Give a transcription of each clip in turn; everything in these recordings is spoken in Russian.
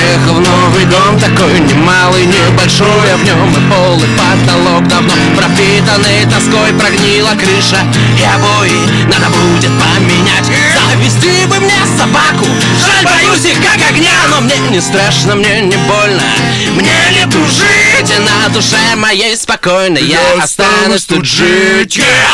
переехал в новый дом, такой немалый, небольшой, а в нем и пол, и потолок давно пропитанный тоской, прогнила крыша и обои надо будет поменять. Завести бы мне собаку, жаль, боюсь их как огня, но мне не страшно, мне не больно, мне ли жить, и на душе моей спокойно я останусь тут жить.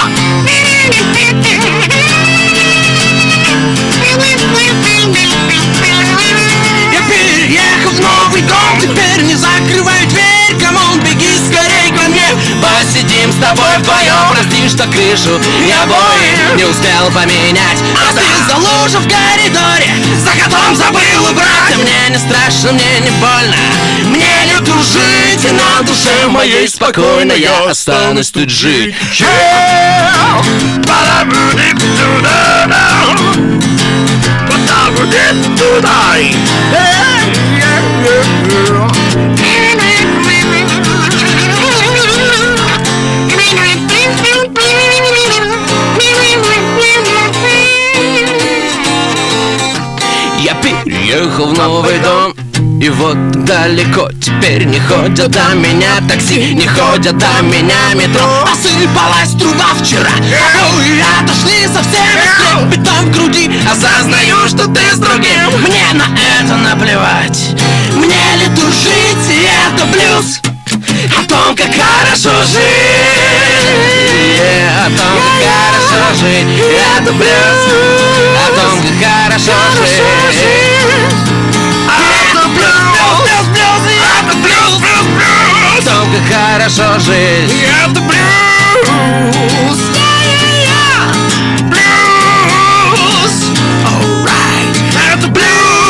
Я переехал в новый дом, теперь не закрывай дверь, камон, беги скорей ко мне, посидим с тобой вдвоем. Прости, что крышу и обои не успел поменять, а ты за лужу в коридоре за котом забыл убрать. А мне не страшно, мне не больно, мне не дружить, и на душе моей спокойно я останусь тут жить. Я переехал в новый дом, и вот далеко теперь не ходят до меня такси, не ходят до меня метро. Осыпалась труба вчера, и отошли совсем с трепетом в груди. Осознаю, что ты с другим, мне на это наплевать. Мне ли жить, и это блюз о том, как хорошо жить, о том, как хорошо жить. Это блюз о том, как хорошо жить. Это блюз, о том, как хорошо жить. Это блюз, блюз, alright. Это блюз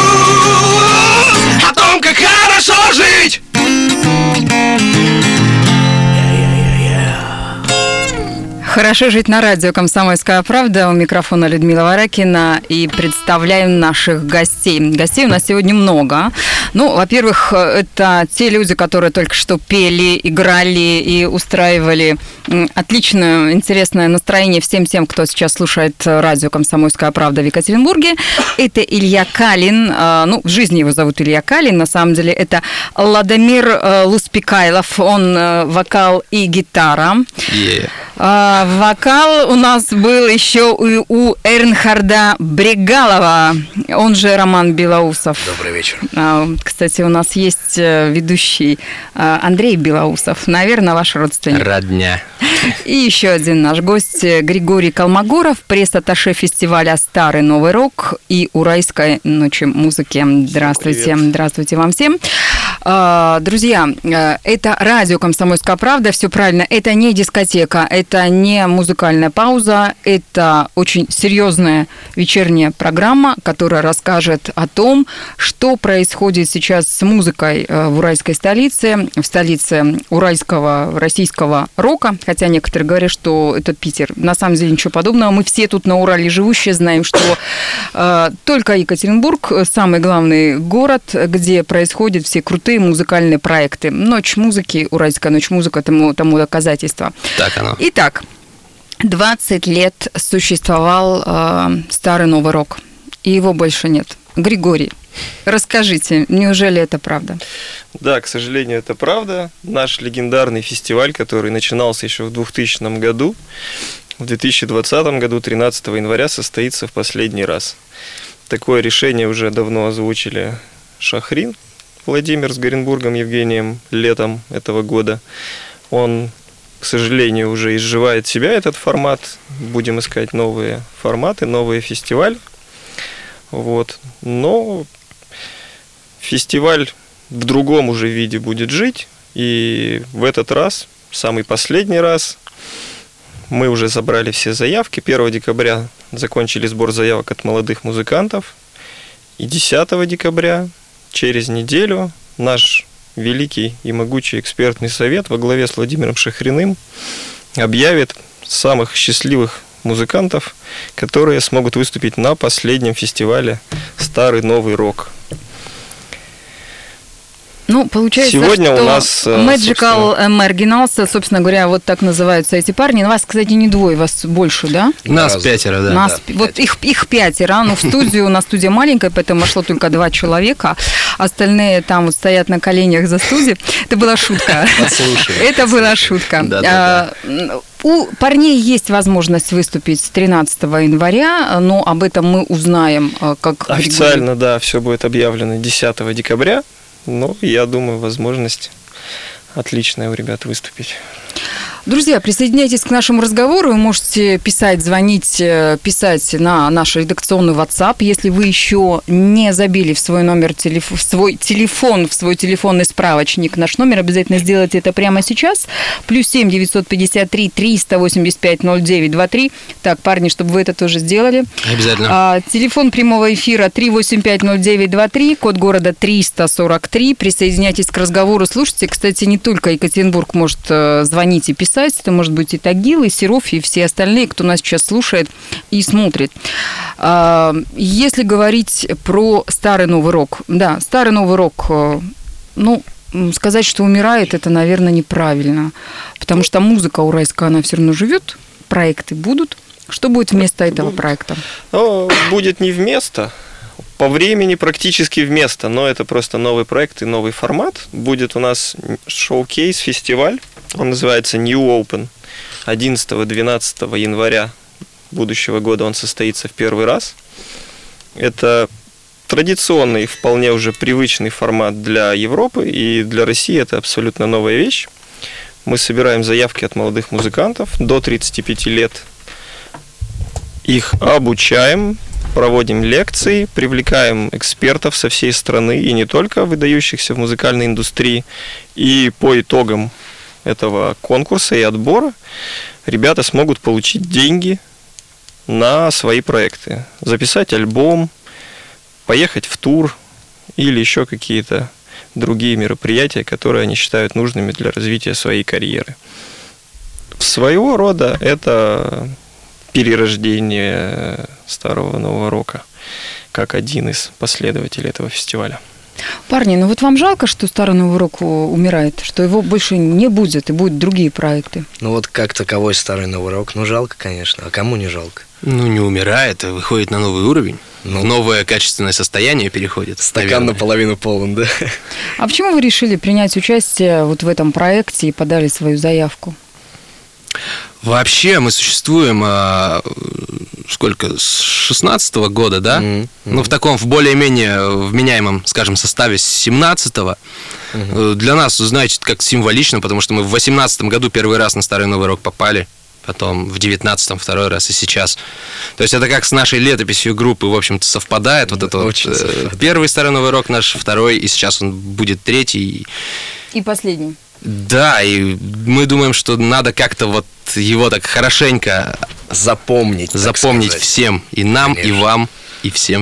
о том, как хорошо жить. Хорошо жить на радио «Комсомольская правда». У микрофона Людмила Варакина. И представляем наших гостей. Гостей у нас сегодня много. Ну, во-первых, это те люди, которые только что пели, играли и устраивали отличное, интересное настроение всем тем, кто сейчас слушает радио «Комсомольская правда» в Екатеринбурге. Это Илья Калин. Ну, в жизни его зовут Илья Калин. На самом деле это Ладомир Луспикайлов. Он вокал и гитара. Вокал у нас был еще у Эрнхарда Брегалова, он же Роман Белоусов. Добрый вечер. Кстати, у нас есть ведущий Андрей Белоусов, наверное, ваш родственник. Родня. И еще один наш гость Григорий Колмогоров, пресс-атташе фестиваля «Старый Новый Рок» и Уральской ночи музыки. Здравствуйте. Привет. Здравствуйте вам всем. Друзья, это радио «Комсомольская правда», все правильно, это не дискотека, это не музыкальная пауза, это очень серьезная вечерняя программа, которая расскажет о том, что происходит сейчас с музыкой в уральской столице, в столице уральского российского рока, хотя некоторые говорят, что это Питер. На самом деле ничего подобного, мы все тут на Урале живущие знаем, что только Екатеринбург самый главный город, где происходят все крутые музыкальные проекты. Ночь музыки, Уральская ночь музыки, тому доказательство. Так оно. Итак, 20 лет существовал Старый Новый Рок, и его больше нет. Григорий, расскажите, неужели это правда? Да, к сожалению, это правда. Наш легендарный фестиваль, который начинался еще в 2000 году, в 2020 году, 13 января, состоится в последний раз. Такое решение уже давно озвучили Шахрин Владимир с Горенбургом Евгением летом этого года. Он, к сожалению, уже изживает себя, этот формат. Будем искать новые форматы, новые фестивали. Вот. Но фестиваль в другом уже виде будет жить. И в этот раз, самый последний раз, мы уже забрали все заявки. 1 декабря закончили сбор заявок от молодых музыкантов. И 10 декабря, через неделю, наш великий и могучий экспертный совет во главе с Владимиром Шахриным объявит самых счастливых музыкантов, которые смогут выступить на последнем фестивале «Старый Новый Рок». Ну, получается, Сегодня что у нас, Magical Marginals, собственно говоря, вот так называются эти парни. Вас, кстати, не двое, вас больше, да? Нас 5, да. Нас, да. Вот их 5, но в студию, у нас студия маленькая, поэтому вошло только 2 человека. Остальные там вот стоят на коленях за студией. Это была шутка. Это была шутка. У парней есть возможность выступить с 13 января, но об этом мы узнаем как официально, да, все будет объявлено 10 декабря. Но я думаю, возможность отличная у ребят выступить. Друзья, присоединяйтесь к нашему разговору. Вы можете писать, звонить, писать на наш редакционный WhatsApp. Если вы еще не забили в свой номер, в свой телефонный справочник наш номер, обязательно сделайте это прямо сейчас. +7 953 385 09 23. Так, парни, чтобы вы это тоже сделали. Обязательно. Телефон прямого эфира 3850923, код города 343. Присоединяйтесь к разговору, слушайте. Кстати, не только Екатеринбург может звонить и писать. Это может быть и Тагил, и Серов, и все остальные, кто нас сейчас слушает и смотрит. Если говорить про старый новый рок, да, старый новый рок, ну, сказать, что умирает, это, наверное, неправильно, потому что музыка уральская, она все равно живет, проекты будут. Что будет вместо этого проекта? Будет не вместо, по времени практически вместо, но это просто новый проект и новый формат. Будет у нас шоу-кейс, фестиваль. Он называется New Open. 11-12 января будущего года он состоится в первый раз. Это традиционный, вполне уже привычный формат для Европы, и для России это абсолютно новая вещь. Мы собираем заявки от молодых музыкантов до 35 лет. Их обучаем, проводим лекции, привлекаем экспертов со всей страны, и не только выдающихся в музыкальной индустрии. И по итогам этого конкурса и отбора ребята смогут получить деньги на свои проекты. Записать альбом, поехать в тур или еще какие-то другие мероприятия, которые они считают нужными для развития своей карьеры. Своего рода это перерождение старого нового рока, как один из последователей этого фестиваля. Парни, ну вот вам жалко, что старый новый рок умирает, что его больше не будет и будут другие проекты? Ну вот как таковой старый новый рок, ну жалко, конечно, а кому не жалко? Ну не умирает, а выходит на новый уровень, в новое качественное состояние переходит. Стакан наполовину полон, да? А почему вы решили принять участие вот в этом проекте и подали свою заявку? Вообще мы существуем с 16-го года, да? Ну, в таком, в более-менее вменяемом, скажем, составе с 17-го. Для нас, знаете, как символично, потому что мы в 18-м году первый раз на Старый Новый Рок попали, потом в 19-м второй раз и сейчас. То есть это как с нашей летописью группы, в общем-то, совпадает. Вот это вот первый Старый Новый Рок наш, второй, и сейчас он будет третий. И последний. Да, и мы думаем, что надо как-то вот его так хорошенько запомнить всем, и нам, конечно, и вам, и всем.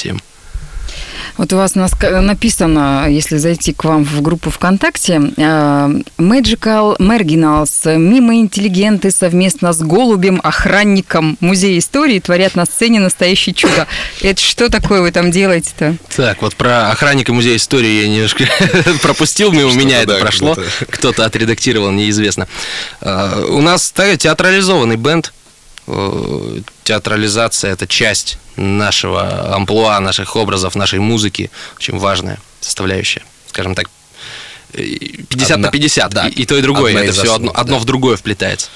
Вот у вас написано, если зайти к вам в группу ВКонтакте, Magical Marginals, мимо-интеллигенты совместно с Голубем, охранником Музея истории, творят на сцене настоящее чудо. Это что такое вы там делаете-то? Так, вот про охранника Музея истории я немножко пропустил, мимо меня это прошло, кто-то отредактировал, неизвестно. У нас театрализованный бэнд. Театрализация – это часть нашего амплуа, наших образов, нашей музыки, очень важная составляющая, скажем так, 50 на 50, да, и то, и другое, это все одно в другое вплетается.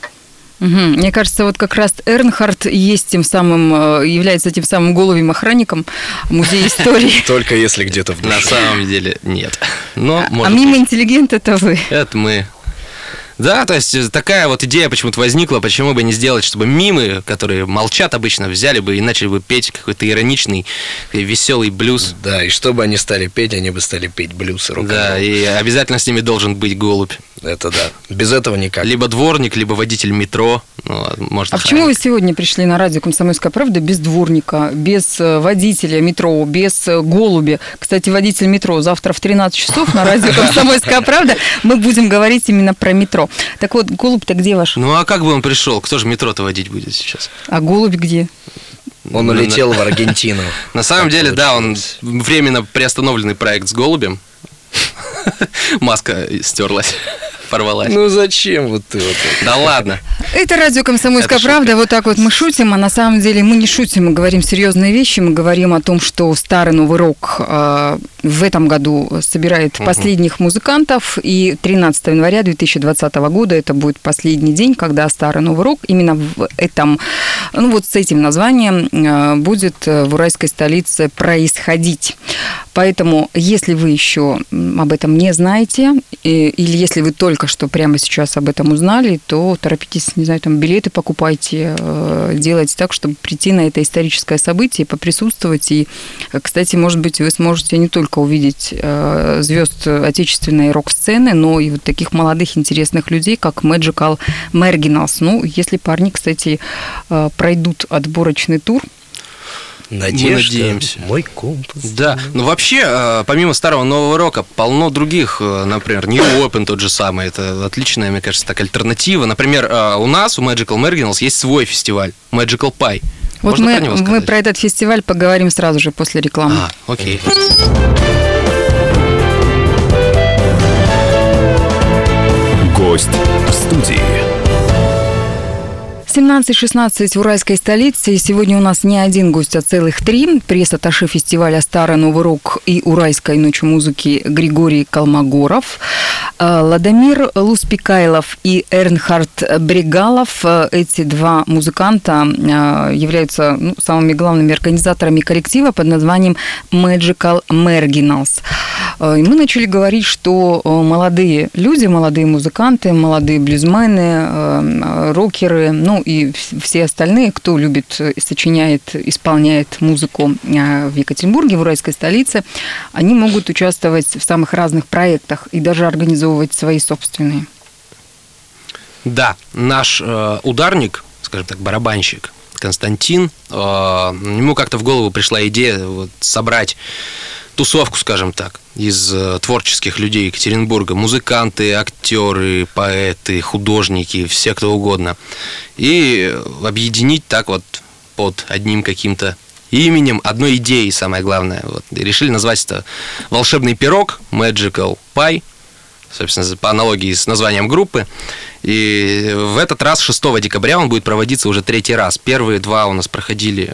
Мне кажется, вот как раз Эрнхард является тем самым Голубем охранником Музея истории. Только если где-то в душе. На самом деле нет. А мимо-интеллигент – это вы? Это мы. Да, то есть такая вот идея почему-то возникла, почему бы не сделать, чтобы мимы, которые молчат обычно, взяли бы и начали бы петь какой-то ироничный, веселый блюз. Да, и чтобы они стали петь, они бы стали петь блюз и рок-н-ролл. Да, и обязательно с ними должен быть голубь. Это да, без этого никак. Либо дворник, либо водитель метро. Может, почему вы сегодня пришли на радио «Комсомольская правда» без дворника, без водителя метро, без голубя? Кстати, водитель метро завтра в 13 часов на радио «Комсомольская правда» мы будем говорить именно про метро. Так вот, голубь-то где ваш? Ну, а как бы он пришел? Кто же метро-то водить будет сейчас? А голубь где? Он улетел в Аргентину. На самом деле, да, он временно приостановленный проект с голубем. маска стерлась, порвалась. Ну зачем вот ты вот это? Да ладно. Это радио «Комсомольская Это правда». шутка. Вот так вот мы шутим, а на самом деле мы не шутим, мы говорим серьезные вещи. Мы говорим о том, что старый новый рок в этом году собирает последних музыкантов. И 13 января 2020 года это будет последний день, когда старый новый рок именно в этом, ну вот с этим названием будет в уральской столице происходить. Поэтому, если вы еще об этом не знаете, или если вы только что прямо сейчас об этом узнали, то торопитесь, не знаю, там билеты покупайте, делайте так, чтобы прийти на это историческое событие, поприсутствовать. И, кстати, может быть, вы сможете не только увидеть звезд отечественной рок-сцены, но и вот таких молодых интересных людей, как Magical Marginals. Ну, если парни, кстати, пройдут отборочный тур, Надежда, надеемся. мой компас. Да, ну вообще, помимо старого нового рока, полно других, например, New Open тот же самый, это отличная, мне кажется, так альтернатива. Например, у нас, у Magical Marginals, есть свой фестиваль, Magical Pie. вот Можно мы, про него мы сказать? про этот фестиваль поговорим сразу же после рекламы. Окей. Гость в студии. 17-16 в уральской столице. И сегодня у нас не один гость, а целых три. Пресс-атташе фестиваля «Старый новый рок» и «Уральской ночи музыки» Григорий Колмогоров, Ладомир Луспикайлов и Эрнхард Брегалов. Эти два музыканта являются самыми главными организаторами коллектива под названием Magical Marginals. И мы начали говорить, что молодые люди, молодые музыканты, молодые блюзмены, рокеры, ну и все остальные, кто любит и сочиняет, исполняет музыку в Екатеринбурге, в уральской столице, они могут участвовать в самых разных проектах и даже организовывать свои собственные. Да, наш ударник, скажем так, барабанщик Константин, ему как-то в голову пришла идея вот собрать тусовку, скажем так, из творческих людей Екатеринбурга, музыканты, актеры, поэты, художники, все кто угодно, и объединить так вот под одним каким-то именем, одной идеей, самое главное. Вот. И решили назвать это «Волшебный пирог», Magical Pie, собственно, по аналогии с названием группы. И в этот раз, 6 декабря, он будет проводиться уже 3-й раз. Первые два у нас проходили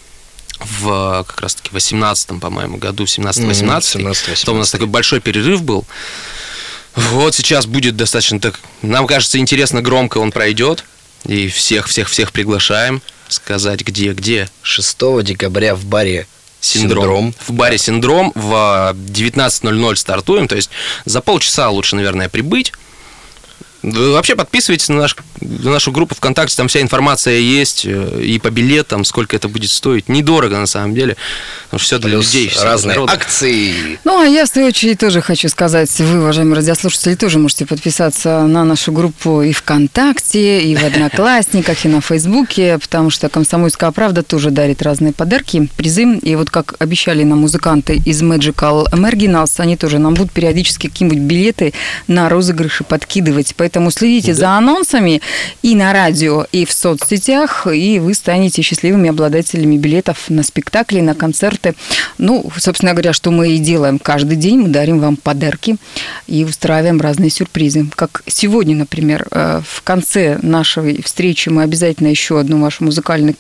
в как раз-таки 18-м, по-моему, году, 17-18. Потом у нас такой большой перерыв был. Вот сейчас будет достаточно так, нам кажется, интересно, громко он пройдет. И всех приглашаем сказать, где. 6 декабря в баре Синдром. В баре «Синдром» в 19:00 стартуем. То есть за полчаса лучше, наверное, прибыть. Вы вообще подписывайтесь на нашу группу ВКонтакте, там вся информация есть, и по билетам, сколько это будет стоить. Недорого, на самом деле, потому что все для людей. Разные акции. Ну, а я, в свою очередь, тоже хочу сказать, вы, уважаемые радиослушатели, тоже можете подписаться на нашу группу и ВКонтакте, и в Одноклассниках, и на Фейсбуке, потому что «Комсомольская правда» тоже дарит разные подарки, призы. И вот как обещали нам музыканты из Magical Marginals, они тоже нам будут периодически какие-нибудь билеты на розыгрыши подкидывать. Поэтому следите за анонсами и на радио, и в соцсетях, и вы станете счастливыми обладателями билетов на спектакли, на концерты. Ну, собственно говоря, что мы и делаем каждый день. Мы дарим вам подарки и устраиваем разные сюрпризы. Как сегодня, например, в конце нашей встречи мы обязательно еще одну вашу музыкальную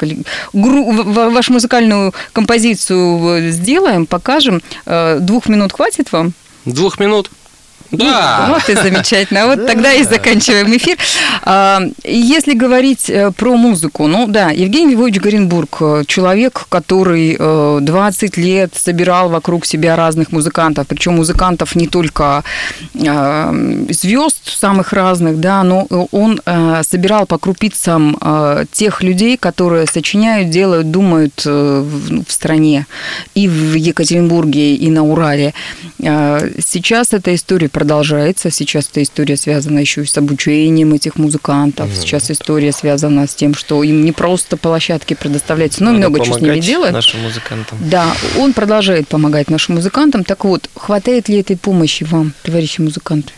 композицию сделаем, покажем. 2 минут хватит вам? 2 минут? Да. Вот и замечательно. Вот тогда и заканчиваем эфир. Если говорить про музыку, ну да, Евгений Львович Горенбург, человек, который 20 лет собирал вокруг себя разных музыкантов, причем музыкантов не только звезд самых разных, да, но он собирал по крупицам тех людей, которые сочиняют, делают, думают в стране, и в Екатеринбурге, и на Урале. Сейчас эта история продолжается. Сейчас эта история связана еще и с обучением этих музыкантов. Сейчас история связана с тем, что им не просто площадки предоставляются, но и много чего с ними делают. Нашим музыкантам. Да, он продолжает помогать нашим музыкантам. Так вот, хватает ли этой помощи вам, товарищи музыканты?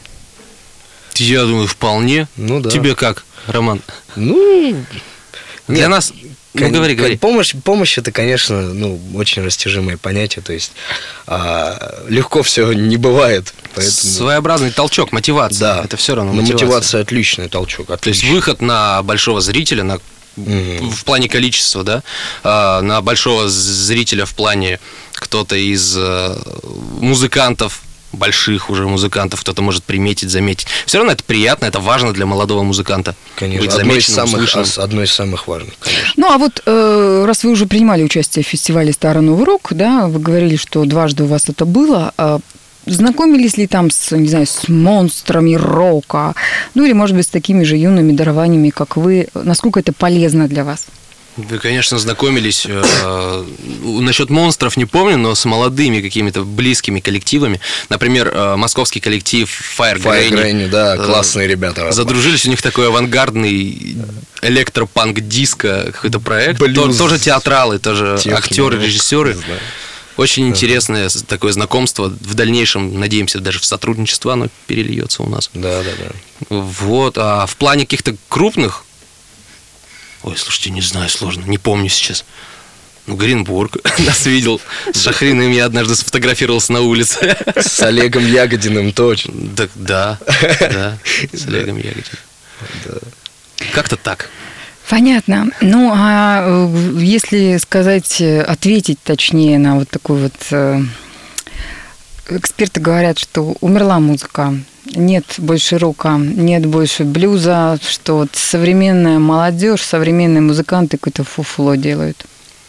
Я думаю, вполне. Ну да. Тебе как, Роман? Ну, Для нас Ну, говори. Помощь это, конечно, очень растяжимое понятие, то есть легко все не бывает. Поэтому... Своеобразный толчок, мотивация. Да. Это все равно мотивация отличный толчок. Отличный. То есть выход на большого зрителя, в плане количества, да, на большого зрителя в плане кто-то из музыкантов, больших уже музыкантов, кто-то может приметить, заметить. Все равно это приятно, это важно для молодого музыканта. Конечно, быть замеченным, одно из самых важных, конечно. Ну, а вот раз вы уже принимали участие в фестивале «Старый Новый Рок», да, вы говорили, что дважды у вас это было, знакомились ли там с, не знаю, с монстрами рока, ну или, может быть, с такими же юными дарованиями, как вы? Насколько это полезно для вас? Да, конечно, знакомились. Насчет монстров не помню, но с молодыми какими-то близкими коллективами. Например, московский коллектив Fire Granny. Да, классные ребята. Задружились, у них такой авангардный электропанк-диско какой-то проект. Блюз. Тоже театралы, тоже актеры, режиссеры. Очень интересное такое знакомство. В дальнейшем, надеемся, даже в сотрудничество оно перельется у нас. Да. Вот. А в плане каких-то крупных... Ой, слушайте, не знаю, сложно, не помню сейчас. Гринбург нас видел. С Шахриным я однажды сфотографировался на улице. С Олегом Ягодиным точно. Да, с Олегом Ягодиным. Как-то так. Понятно. Ну, а если ответить точнее на вот такой вот... Эксперты говорят, что умерла музыка, нет больше рока, нет больше блюза, что вот современная молодежь, современные музыканты какое-то фуфло делают.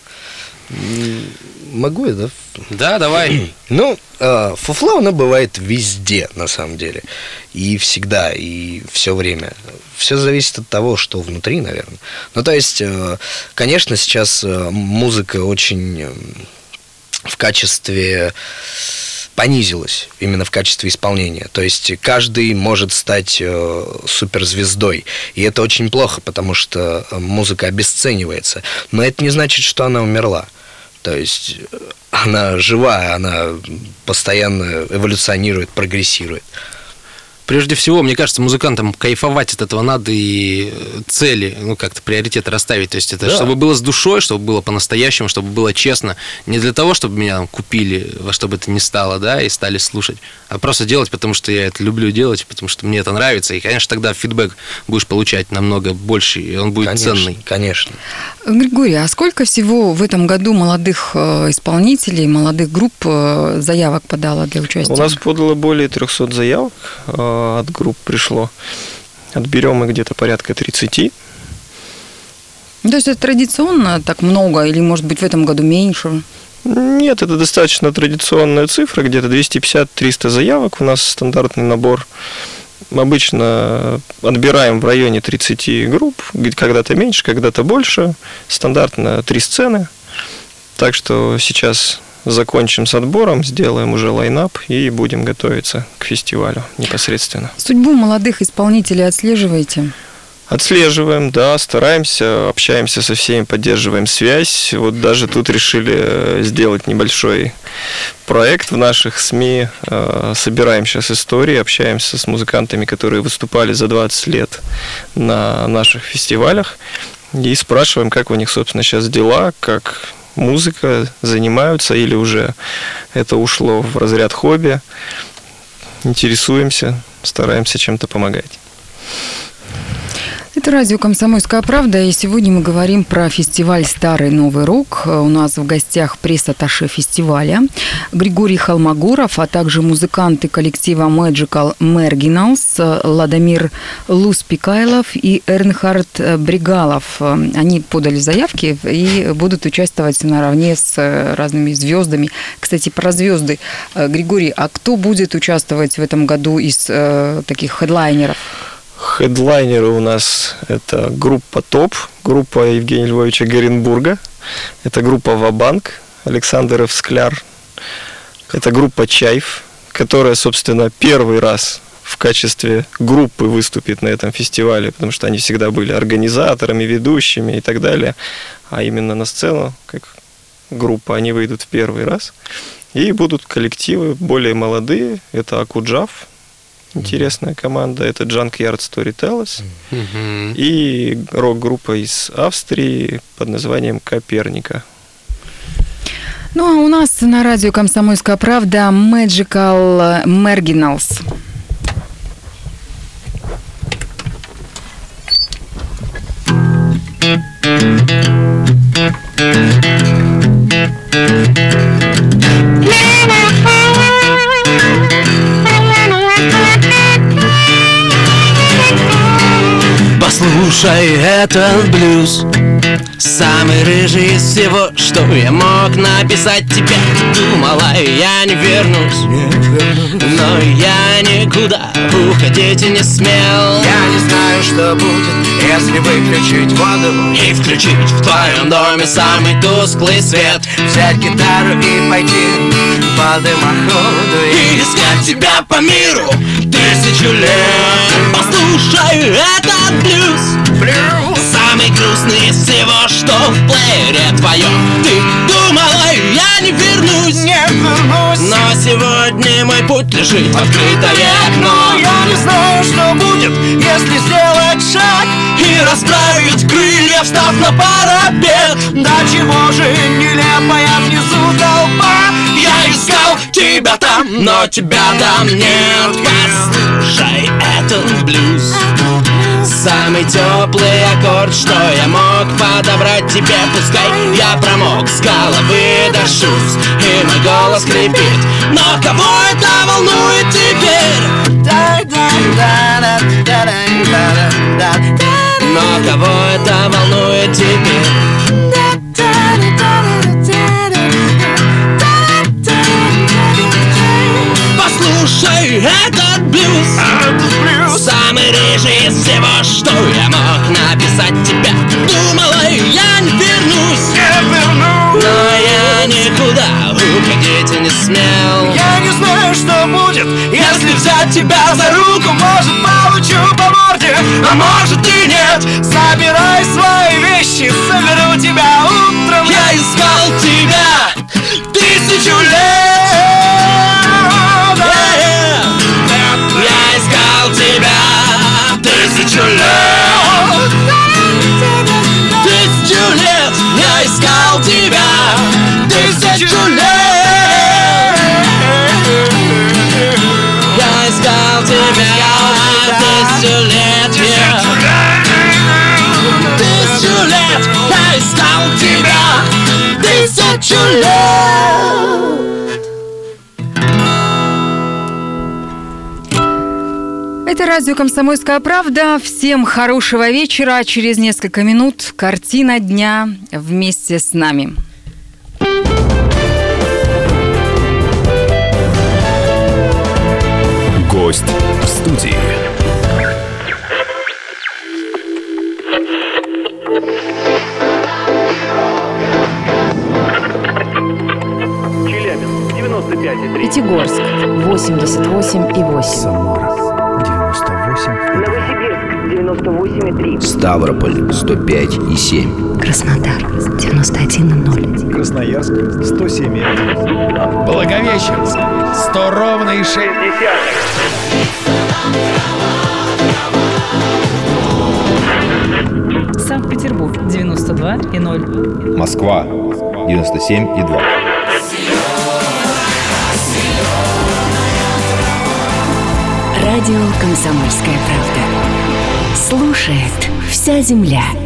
Могу я, да? Да, давай. Фуфло, оно бывает везде, на самом деле. И всегда, и все время. Все зависит от того, что внутри, наверное. То есть, конечно, сейчас музыка очень в качестве... понизилась именно в качестве исполнения. То есть каждый может стать суперзвездой. И это очень плохо, потому что музыка обесценивается. Но это не значит, что она умерла. То есть она живая, она постоянно эволюционирует, прогрессирует. Прежде всего, мне кажется, музыкантам кайфовать от этого надо и цели, как-то приоритеты расставить. То есть это чтобы было с душой, чтобы было по-настоящему, чтобы было честно. Не для того, чтобы меня купили, во что бы это ни стало, да, и стали слушать, а просто делать, потому что я это люблю делать, потому что мне это нравится. И, конечно, тогда фидбэк будешь получать намного больше, и он будет ценный. Конечно. Григорий, а сколько всего в этом году молодых исполнителей, молодых групп заявок подало для участия? У нас подало более 300 заявок. От групп пришло. Отберем мы где-то порядка 30. То есть это традиционно так много, или, может быть, в этом году меньше? Нет, это достаточно традиционная цифра, где-то 250-300 заявок. У нас стандартный набор. Обычно отбираем в районе 30 групп, когда-то меньше, когда-то больше. Стандартно 3 сцены. Так что сейчас... закончим с отбором, сделаем уже лайнап и будем готовиться к фестивалю непосредственно. Судьбу молодых исполнителей отслеживаете? Отслеживаем, да, стараемся, общаемся со всеми, поддерживаем связь. Вот даже тут решили сделать небольшой проект в наших СМИ. Собираем сейчас истории, общаемся с музыкантами, которые выступали за 20 лет на наших фестивалях. И спрашиваем, как у них, собственно, сейчас дела, как... музыка, занимаются или уже это ушло в разряд хобби. Интересуемся, стараемся чем-то помогать. Это радио «Комсомольская правда», и сегодня мы говорим про фестиваль «Старый Новый Рок». У нас в гостях пресс-атташе фестиваля Григорий Холмогоров, а также музыканты коллектива Magical Marginals Ладомир Луспикайлов и Эрнхард Бригалов. Они подали заявки и будут участвовать наравне с разными звездами. Кстати, про звезды. Григорий, а кто будет участвовать в этом году из таких хедлайнеров? Хедлайнеры у нас это группа ТОП, группа Евгения Львовича Горенбурга, это группа Ва-Банк, Александр Скляр, это группа Чайф, которая, собственно, первый раз в качестве группы выступит на этом фестивале, потому что они всегда были организаторами, ведущими и так далее, а именно на сцену, как группа, они выйдут в первый раз. И будут коллективы более молодые, это Акуджав, Интересная команда. Это Junkyard Storytellers. И рок-группа из Австрии под названием Коперника. Ну, а у нас на радио «Комсомольская правда» Magical Marginals. Послушай этот блюз, самый рыжий из всего, что я мог написать тебе. Думала, я не вернусь, но я никуда уходить и не смел. Я не знаю, что будет, если выключить воду И включить в твоем доме самый тусклый свет, взять гитару и пойти по дымоходу и искать тебя по миру 1000 лет. Послушай этот блюз, самый грустный из всего, что в плеере твоем. Ты думала, я не вернусь, но сегодня мой путь лежит в открытое окно. Я не знаю, что будет, если сделать шаг И расправить крылья, встав на парапет. до чего же нелепая внизу толпа. Я искал тебя там, но тебя там нет. Послушай этот блюз, самый теплый аккорд, что я мог подобрать тебе. Пускай я промок с головы до шуз, и мой голос хрипит, но кого это волнует теперь? Но кого это волнует теперь? Послушай этот блюз, самый рыжий из всего, что я мог написать тебе. Думала, я не вернусь, но я никуда уходить и не смел. Я не знаю, что будет, Если взять тебя за руку, может, получу по морде, а может и нет. Собирай свои вещи, соберу тебя утром. Я искал тебя 1000 лет. Я искал тебя 1000 лет. 1000 лет. Я искал тебя 1000 лет. Я искал тебя 1000 лет. 1000 лет. Я искал тебя 1000 лет. Это радио «Комсомольская правда». Всем хорошего вечера. Через несколько минут картина дня вместе с нами. Гость в студии. Челябинск, 95,3. Пятигорск 88,8. Самара 98,2. Новосибирск, 98,3. Ставрополь 105,7. Краснодар 91,0. Красноярск 107,1. Благовещенск 100 ровно и 6. Санкт-Петербург 92,0. Москва 97,2. Радио «Комсомольская правда». Слушает вся земля.